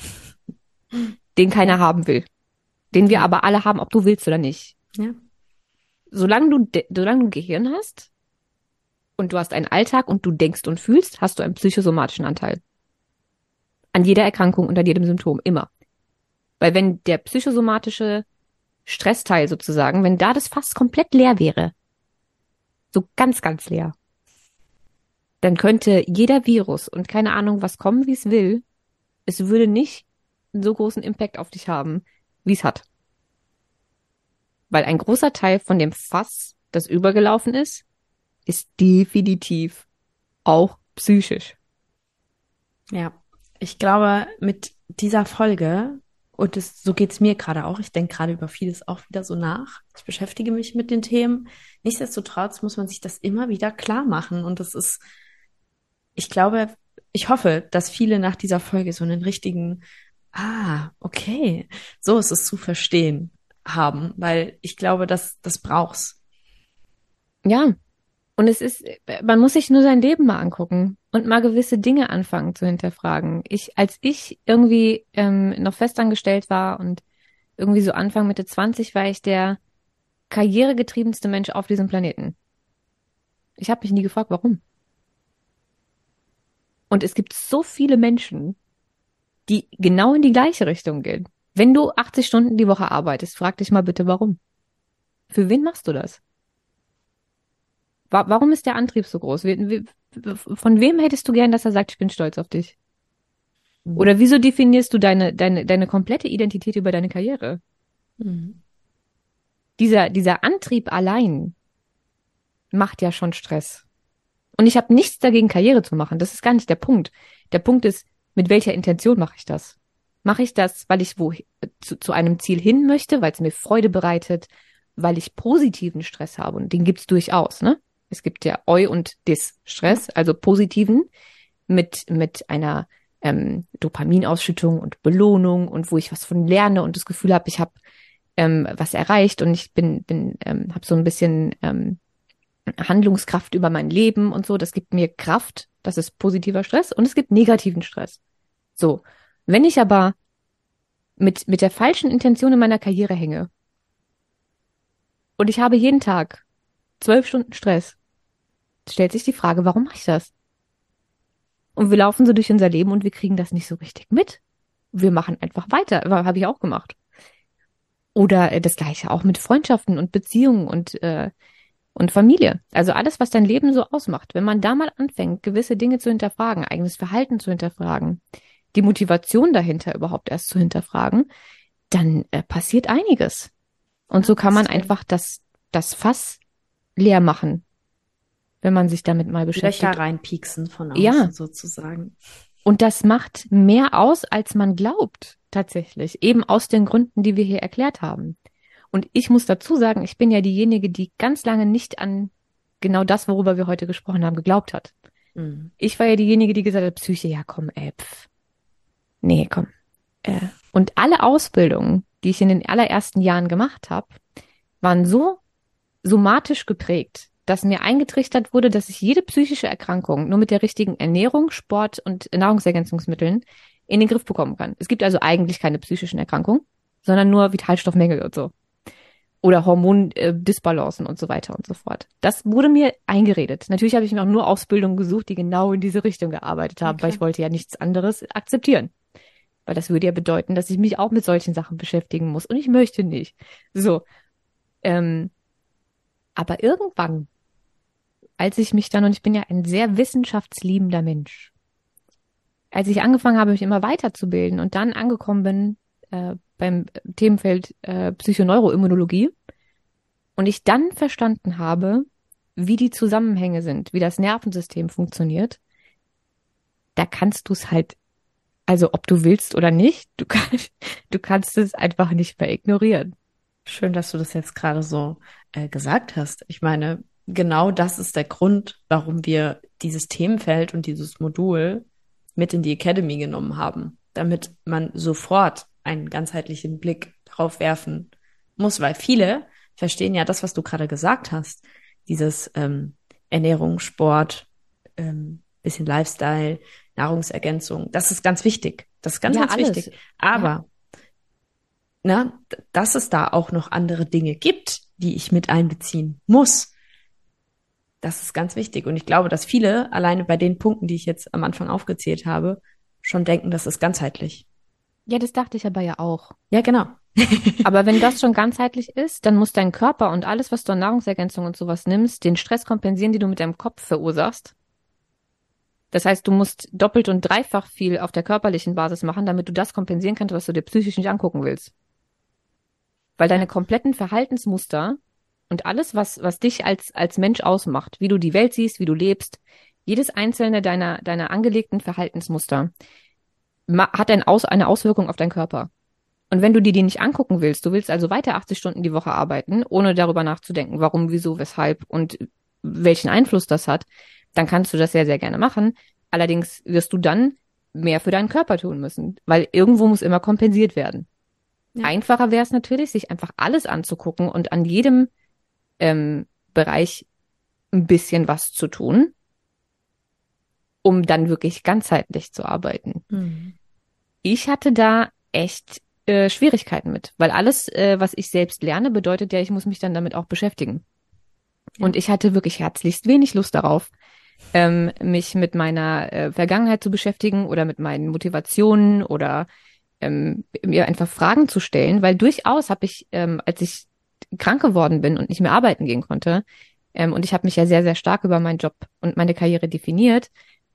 Speaker 1: den keiner haben will. Den wir
Speaker 2: Ja.
Speaker 1: aber alle haben, ob du willst oder nicht.
Speaker 2: Ja.
Speaker 1: Solange du ein Gehirn hast und du hast einen Alltag und du denkst und fühlst, hast du einen psychosomatischen Anteil. An jeder Erkrankung und an jedem Symptom, immer. Weil wenn der psychosomatische Stressteil sozusagen, wenn da das Fass komplett leer wäre, so ganz, ganz leer, dann könnte jeder Virus und keine Ahnung, was kommen, wie es will, es würde nicht einen so großen Impact auf dich haben, wie es hat. Weil ein großer Teil von dem Fass, das übergelaufen ist definitiv auch psychisch.
Speaker 2: Ja, ich glaube, mit dieser Folge, und so geht's mir gerade auch, ich denke gerade über vieles auch wieder so nach. Ich beschäftige mich mit den Themen. Nichtsdestotrotz muss man sich das immer wieder klar machen. Und das ist, ich glaube, ich hoffe, dass viele nach dieser Folge so einen richtigen, okay, so ist es zu verstehen haben, weil ich glaube, das braucht's.
Speaker 1: Ja, und man muss sich nur sein Leben mal angucken und mal gewisse Dinge anfangen zu hinterfragen. Als ich irgendwie noch festangestellt war und irgendwie so Anfang Mitte 20 war ich der karrieregetriebenste Mensch auf diesem Planeten. Ich habe mich nie gefragt, warum. Und es gibt so viele Menschen, die genau in die gleiche Richtung gehen. Wenn du 80 Stunden die Woche arbeitest, frag dich mal bitte, warum. Für wen machst du das? Warum ist der Antrieb so groß? Von wem hättest du gern, dass er sagt, ich bin stolz auf dich?
Speaker 2: Mhm.
Speaker 1: Oder wieso definierst du deine komplette Identität über deine Karriere?
Speaker 2: Mhm.
Speaker 1: Dieser Antrieb allein macht ja schon Stress. Und ich habe nichts dagegen, Karriere zu machen. Das ist gar nicht der Punkt. Der Punkt ist, mit welcher Intention mache ich das? Mache ich das, weil ich zu einem Ziel hin möchte, weil es mir Freude bereitet, weil ich positiven Stress habe? Und den gibt's durchaus, ne? Es gibt ja Eu- und
Speaker 2: Ja.
Speaker 1: Dis-Stress, also positiven mit einer Dopaminausschüttung und Belohnung und wo ich was von lerne und das Gefühl habe, ich habe was erreicht und ich habe so ein bisschen Handlungskraft über mein Leben und so. Das gibt mir Kraft. Das ist positiver Stress. Und es gibt negativen Stress. So. Wenn ich aber mit der falschen Intention in meiner Karriere hänge und ich habe jeden Tag 12 Stunden Stress, stellt sich die Frage, warum mache ich das? Und wir laufen so durch unser Leben und wir kriegen das nicht so richtig mit. Wir machen einfach weiter. Habe ich auch gemacht. Oder das Gleiche auch mit Freundschaften und Beziehungen und Familie. Also alles, was dein Leben so ausmacht. Wenn man da mal anfängt, gewisse Dinge zu hinterfragen, eigenes Verhalten zu hinterfragen, die Motivation dahinter überhaupt erst zu hinterfragen, dann passiert einiges. Und
Speaker 2: Ja,
Speaker 1: so kann man einfach das Fass leer machen, wenn man sich damit mal
Speaker 2: Löcher
Speaker 1: beschäftigt.
Speaker 2: reinpieksen von
Speaker 1: Ja,
Speaker 2: außen sozusagen.
Speaker 1: und das macht mehr aus, als man glaubt, tatsächlich. Eben aus den Gründen, die wir hier erklärt haben. Und ich muss dazu sagen, ich bin ja diejenige, die ganz lange nicht an genau das, worüber wir heute gesprochen haben, geglaubt hat.
Speaker 2: Mhm.
Speaker 1: Ich war ja diejenige, die gesagt hat, Psyche, ja komm, ey, nee, komm. Und alle Ausbildungen, die ich in den allerersten Jahren gemacht habe, waren so somatisch geprägt, dass mir eingetrichtert wurde, dass ich jede psychische Erkrankung nur mit der richtigen Ernährung, Sport und Nahrungsergänzungsmitteln in den Griff bekommen kann. Es gibt also eigentlich keine psychischen Erkrankungen, sondern nur Vitalstoffmängel und so. Oder Hormondisbalancen und so weiter und so fort. Das wurde mir eingeredet. Natürlich habe ich mir auch nur Ausbildungen gesucht, die genau in diese Richtung gearbeitet
Speaker 2: Ja,
Speaker 1: haben, weil
Speaker 2: klar.
Speaker 1: ich wollte ja nichts anderes akzeptieren. Weil das würde ja bedeuten, dass ich mich auch mit solchen Sachen beschäftigen muss. Und ich möchte nicht. So. Ähm, aber irgendwann, als ich mich dann, und ich bin ja ein sehr wissenschaftsliebender Mensch, als ich angefangen habe, mich immer weiterzubilden und dann angekommen bin beim Themenfeld Psychoneuroimmunologie und ich dann verstanden habe, wie die Zusammenhänge sind, wie das Nervensystem funktioniert, da kannst du es halt, also ob du willst oder nicht, du kannst es einfach nicht mehr ignorieren.
Speaker 2: Schön, dass du das jetzt gerade so gesagt hast. Ich meine, genau das ist der Grund, warum wir dieses Themenfeld und dieses Modul mit in die Academy genommen haben, damit man sofort einen ganzheitlichen Blick darauf werfen muss, weil viele verstehen ja das, was du gerade gesagt hast, dieses Ernährung, Sport, bisschen Lifestyle, Nahrungsergänzung, das ist ganz wichtig. Das ist ganz,
Speaker 1: Ja,
Speaker 2: ganz
Speaker 1: alles.
Speaker 2: wichtig.
Speaker 1: Ja,
Speaker 2: Aber ne, dass es da auch noch andere Dinge gibt, die ich mit einbeziehen muss. Das ist ganz wichtig. Und ich glaube, dass viele alleine bei den Punkten, die ich jetzt am Anfang aufgezählt habe, schon denken, das ist ganzheitlich.
Speaker 1: Ja, das dachte ich aber ja auch.
Speaker 2: Ja, genau.
Speaker 1: Aber wenn das schon ganzheitlich ist, dann muss dein Körper und alles, was du an Nahrungsergänzung und sowas nimmst, den Stress kompensieren, den du mit deinem Kopf verursachst. Das heißt, du musst doppelt und dreifach viel auf der körperlichen Basis machen, damit du das kompensieren kannst, was du dir psychisch nicht angucken willst. Weil deine
Speaker 2: Ja.
Speaker 1: kompletten Verhaltensmuster und alles, was dich als Mensch ausmacht, wie du die Welt siehst, wie du lebst, jedes einzelne deiner angelegten Verhaltensmuster hat eine Auswirkung auf deinen Körper. Und wenn du dir die nicht angucken willst, du willst also weiter 80 Stunden die Woche arbeiten, ohne darüber nachzudenken, warum, wieso, weshalb und welchen Einfluss das hat, dann kannst du das sehr, sehr gerne machen. Allerdings wirst du dann mehr für deinen Körper tun müssen, weil irgendwo muss immer kompensiert werden.
Speaker 2: Ja.
Speaker 1: Einfacher wäre es natürlich, sich einfach alles anzugucken und an jedem Bereich ein bisschen was zu tun, um dann wirklich ganzheitlich zu arbeiten.
Speaker 2: Mhm.
Speaker 1: Ich hatte da echt Schwierigkeiten mit, weil alles, was ich selbst lerne, bedeutet ja, ich muss mich dann damit auch beschäftigen.
Speaker 2: Ja.
Speaker 1: Und ich hatte wirklich herzlichst wenig Lust darauf, mich mit meiner Vergangenheit zu beschäftigen oder mit meinen Motivationen oder mir einfach Fragen zu stellen, weil durchaus habe ich, als ich krank geworden bin und nicht mehr arbeiten gehen konnte, und ich habe mich ja sehr, sehr stark über meinen Job und meine Karriere definiert,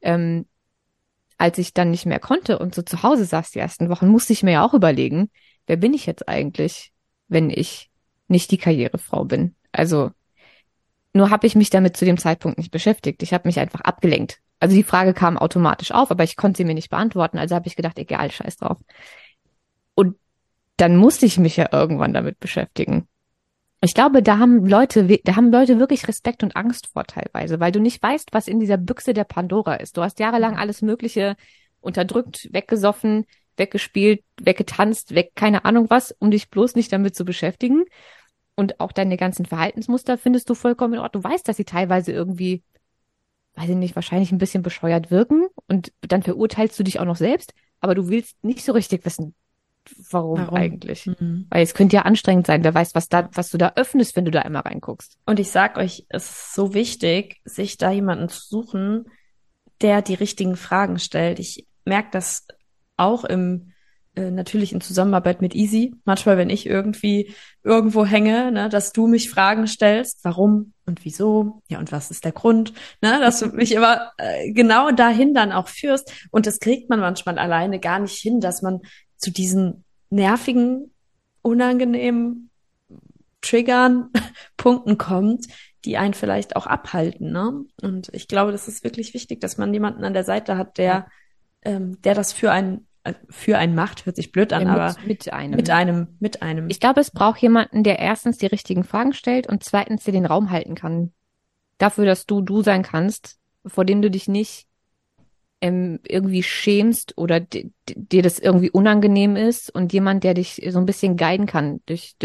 Speaker 1: als ich dann nicht mehr konnte und so zu Hause saß die ersten Wochen, musste ich mir ja auch überlegen, wer bin ich jetzt eigentlich, wenn ich nicht die Karrierefrau bin? Also nur habe ich mich damit zu dem Zeitpunkt nicht beschäftigt. Ich habe mich einfach abgelenkt. Also die Frage kam automatisch auf, aber ich konnte sie mir nicht beantworten. Also habe ich gedacht, egal, scheiß drauf. Und dann musste ich mich ja irgendwann damit beschäftigen. Ich glaube, da haben Leute wirklich Respekt und Angst vor teilweise, weil du nicht weißt, was in dieser Büchse der Pandora ist. Du hast jahrelang alles Mögliche unterdrückt, weggesoffen, weggespielt, weggetanzt, keine Ahnung was, um dich bloß nicht damit zu beschäftigen. Und auch deine ganzen Verhaltensmuster findest du vollkommen in Ordnung. Du weißt, dass sie teilweise irgendwie, weiß ich nicht, wahrscheinlich ein bisschen bescheuert wirken und dann verurteilst du dich auch noch selbst, aber du willst nicht so richtig wissen, warum eigentlich.
Speaker 2: Mhm.
Speaker 1: Weil es könnte ja anstrengend sein. Wer weiß, was du da öffnest, wenn du da einmal reinguckst.
Speaker 2: Und ich sag euch, es ist so wichtig, sich da jemanden zu suchen, der die richtigen Fragen stellt. Ich merke das auch natürlich in Zusammenarbeit mit Easy. Manchmal, wenn ich irgendwie irgendwo hänge, ne, dass du mich Fragen stellst, warum und wieso, ja, und was ist der Grund, ne, dass du mich immer genau dahin dann auch führst. Und das kriegt man manchmal alleine gar nicht hin, dass man zu diesen nervigen, unangenehmen Triggern, Punkten kommt, die einen vielleicht auch abhalten, ne? Und ich glaube, das ist wirklich wichtig, dass man jemanden an der Seite hat, der das für einen macht, hört sich blöd an,
Speaker 1: Ja,
Speaker 2: aber
Speaker 1: mit einem.
Speaker 2: mit einem.
Speaker 1: Ich glaube, es braucht jemanden, der erstens die richtigen Fragen stellt und zweitens dir den Raum halten kann. Dafür, dass du sein kannst, vor dem du dich nicht irgendwie schämst oder dir das irgendwie unangenehm ist und jemand, der dich so ein bisschen guiden kann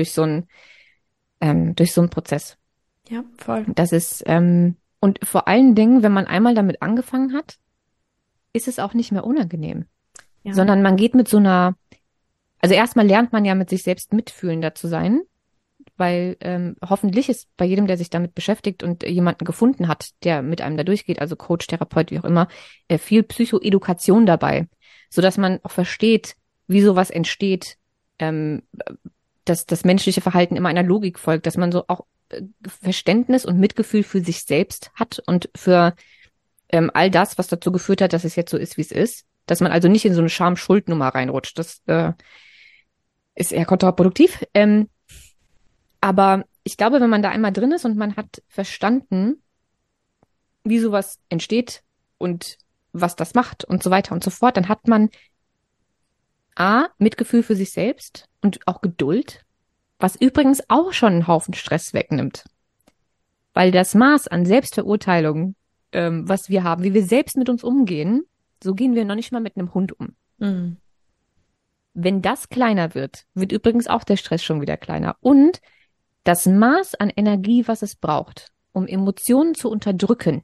Speaker 1: durch so einen Prozess.
Speaker 2: Ja, voll.
Speaker 1: Das ist, und vor allen Dingen, wenn man einmal damit angefangen hat, ist es auch nicht mehr unangenehm,
Speaker 2: Ja.
Speaker 1: sondern man geht mit so einer, also erstmal lernt man ja mit sich selbst mitfühlender zu sein, weil hoffentlich ist bei jedem, der sich damit beschäftigt und jemanden gefunden hat, der mit einem da durchgeht, also Coach, Therapeut, wie auch immer, viel Psychoedukation dabei, sodass man auch versteht, wie sowas entsteht, dass das menschliche Verhalten immer einer Logik folgt, dass man so auch Verständnis und Mitgefühl für sich selbst hat und für all das, was dazu geführt hat, dass es jetzt so ist, wie es ist. Dass man also nicht in so eine Scham-Schuld-Nummer reinrutscht. Das ist eher kontraproduktiv. Aber ich glaube, wenn man da einmal drin ist und man hat verstanden, wie sowas entsteht und was das macht und so weiter und so fort, dann hat man A, Mitgefühl für sich selbst und auch Geduld, was übrigens auch schon einen Haufen Stress wegnimmt. Weil das Maß an Selbstverurteilung, was wir haben, wie wir selbst mit uns umgehen, so gehen wir noch nicht mal mit einem Hund um.
Speaker 2: Mhm.
Speaker 1: Wenn das kleiner wird, wird übrigens auch der Stress schon wieder kleiner. Und das Maß an Energie, was es braucht, um Emotionen zu unterdrücken,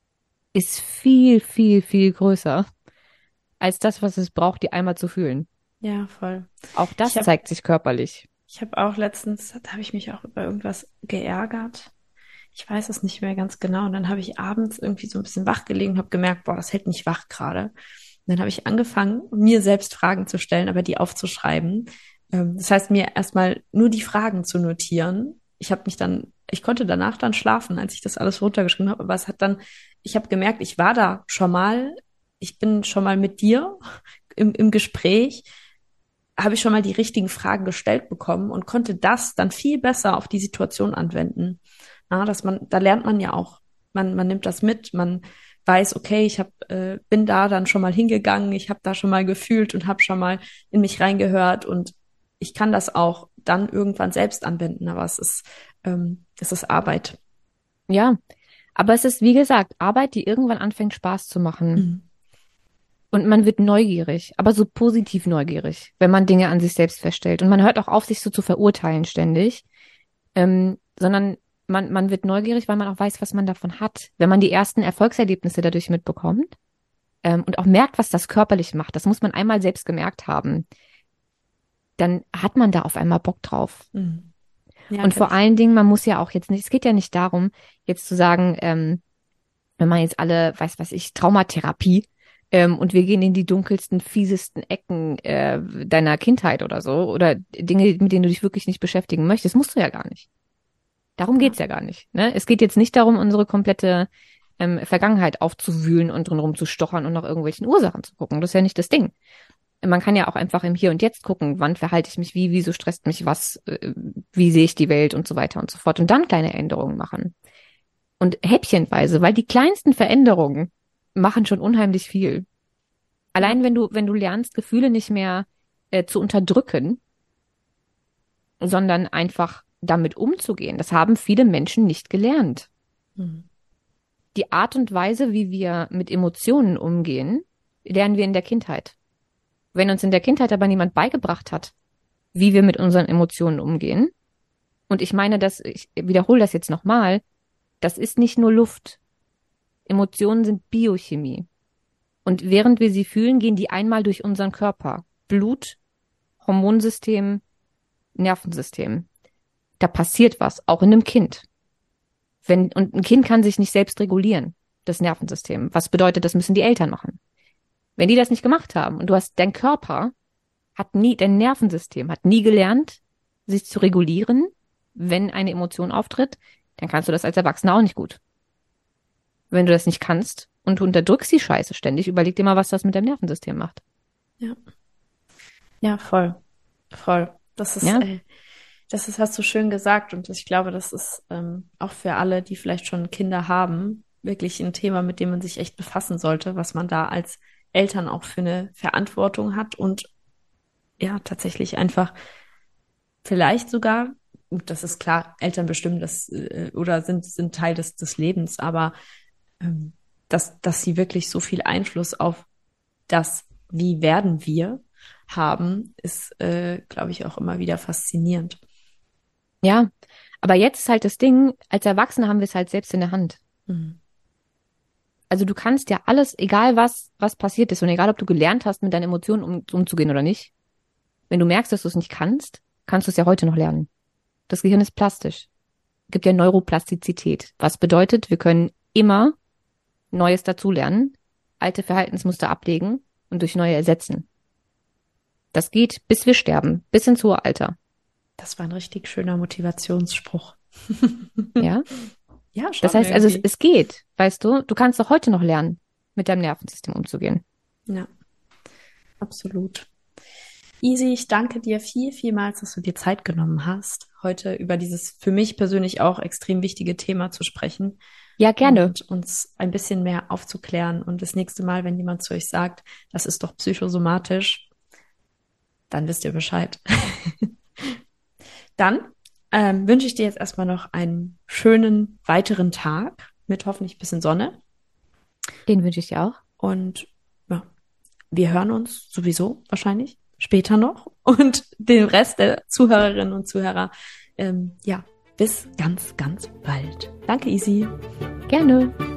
Speaker 1: ist viel, viel, viel größer als das, was es braucht, die einmal zu fühlen.
Speaker 2: Ja, voll.
Speaker 1: Auch das
Speaker 2: Ich habe
Speaker 1: zeigt sich körperlich.
Speaker 2: ich hab auch letztens, da habe ich mich auch über irgendwas geärgert. Ich weiß es nicht mehr ganz genau. Und dann habe ich abends irgendwie so ein bisschen wach gelegen und habe gemerkt, boah, das hält mich wach gerade. Und dann habe ich angefangen, mir selbst Fragen zu stellen, aber die aufzuschreiben. Das heißt, mir erstmal nur die Fragen zu notieren. Ich konnte danach dann schlafen, als ich das alles runtergeschrieben habe. Aber ich habe gemerkt, ich war da schon mal, ich bin schon mal mit dir im Gespräch, habe ich schon mal die richtigen Fragen gestellt bekommen und konnte das dann viel besser auf die Situation anwenden. Ja, da lernt man ja auch. Man nimmt das mit, man weiß, okay, bin da dann schon mal hingegangen, ich habe da schon mal gefühlt und habe schon mal in mich reingehört und ich kann das auch dann irgendwann selbst anwenden, aber es ist Arbeit.
Speaker 1: Ja, aber es ist, wie gesagt, Arbeit, die irgendwann anfängt, Spaß zu machen.
Speaker 2: Mhm.
Speaker 1: Und man wird neugierig, aber so positiv neugierig, wenn man Dinge an sich selbst feststellt. Und man hört auch auf, sich so zu verurteilen ständig, sondern man wird neugierig, weil man auch weiß, was man davon hat. Wenn man die ersten Erfolgserlebnisse dadurch mitbekommt, und auch merkt, was das körperlich macht, das muss man einmal selbst gemerkt haben, dann hat man da auf einmal Bock drauf.
Speaker 2: Mhm. Ja,
Speaker 1: Und
Speaker 2: kann
Speaker 1: vor
Speaker 2: ich.
Speaker 1: allen Dingen, man muss ja auch jetzt nicht, es geht ja nicht darum, jetzt zu sagen, wenn man jetzt alle, weiß was ich, Traumatherapie, und wir gehen in die dunkelsten, fiesesten Ecken deiner Kindheit oder so, oder Dinge, mit denen du dich wirklich nicht beschäftigen möchtest, musst du ja gar nicht. Darum
Speaker 2: Ja.
Speaker 1: geht's ja gar nicht. Ne? Es geht jetzt nicht darum, unsere komplette Vergangenheit aufzuwühlen und drin rumzustochern und nach irgendwelchen Ursachen zu gucken. Das ist ja nicht das Ding. Man kann ja auch einfach im Hier und Jetzt gucken, wann verhalte ich mich wie, wieso stresst mich was, wie sehe ich die Welt und so weiter und so fort. Und dann kleine Änderungen machen. Und häppchenweise, weil die kleinsten Veränderungen machen schon unheimlich viel.
Speaker 2: Ja.
Speaker 1: Allein wenn du lernst, Gefühle nicht mehr zu unterdrücken, sondern einfach damit umzugehen. Das haben viele Menschen nicht gelernt.
Speaker 2: Mhm.
Speaker 1: Die Art und Weise, wie wir mit Emotionen umgehen, lernen wir in der Kindheit. Wenn uns in der Kindheit aber niemand beigebracht hat, wie wir mit unseren Emotionen umgehen, und ich meine, ich wiederhole das jetzt nochmal, das ist nicht nur Luft. Emotionen sind Biochemie. Und während wir sie fühlen, gehen die einmal durch unseren Körper. Blut, Hormonsystem, Nervensystem. Da passiert was, auch in einem Kind. Und ein Kind kann sich nicht selbst regulieren, das Nervensystem. Was bedeutet, das müssen die Eltern machen. Wenn die das nicht gemacht haben und dein Körper dein Nervensystem hat nie gelernt, sich zu regulieren, wenn eine Emotion auftritt, dann kannst du das als Erwachsener auch nicht gut. Wenn du das nicht kannst und du unterdrückst die Scheiße ständig, überleg dir mal, was das mit deinem Nervensystem macht.
Speaker 2: Ja. Ja, voll. Voll.
Speaker 1: Ja,
Speaker 2: Hast du schön gesagt und ich glaube, das ist auch für alle, die vielleicht schon Kinder haben, wirklich ein Thema, mit dem man sich echt befassen sollte, was man da als Eltern auch für eine Verantwortung hat und ja, tatsächlich einfach vielleicht sogar, und das ist klar, Eltern bestimmen das oder sind Teil des Lebens, aber ähm, dass sie wirklich so viel Einfluss auf das, wie werden wir haben, ist, glaube ich, auch immer wieder faszinierend.
Speaker 1: ja. Aber jetzt ist halt das Ding, als Erwachsene haben wir es halt selbst in der Hand.
Speaker 2: Mhm.
Speaker 1: Also du kannst ja alles, egal was passiert ist und egal ob du gelernt hast, mit deinen Emotionen umzugehen oder nicht, wenn du merkst, dass du es nicht kannst, kannst du es ja heute noch lernen. Das Gehirn ist plastisch. Es gibt ja Neuroplastizität. Was bedeutet, wir können immer Neues dazulernen, alte Verhaltensmuster ablegen und durch neue ersetzen. Das geht, bis wir sterben, bis ins hohe Alter.
Speaker 2: Das war ein richtig schöner Motivationsspruch.
Speaker 1: Ja?
Speaker 2: Ja,
Speaker 1: Das
Speaker 2: schon
Speaker 1: heißt also,
Speaker 2: irgendwie.
Speaker 1: es geht, weißt du kannst doch heute noch lernen, mit deinem Nervensystem umzugehen.
Speaker 2: Ja, absolut. Easy, ich danke dir vielmals, dass du dir Zeit genommen hast, heute über dieses für mich persönlich auch extrem wichtige Thema zu sprechen
Speaker 1: Ja, gerne.
Speaker 2: und uns ein bisschen mehr aufzuklären. Und das nächste Mal, wenn jemand zu euch sagt, das ist doch psychosomatisch, dann wisst ihr Bescheid. Dann wünsche ich dir jetzt erstmal noch einen schönen weiteren Tag mit hoffentlich ein bisschen Sonne.
Speaker 1: Den wünsche ich dir auch.
Speaker 2: Und ja, wir hören uns sowieso wahrscheinlich später noch. Und den Rest der Zuhörerinnen und Zuhörer, ja, bis ganz, ganz bald. Danke, Easy.
Speaker 1: Gerne.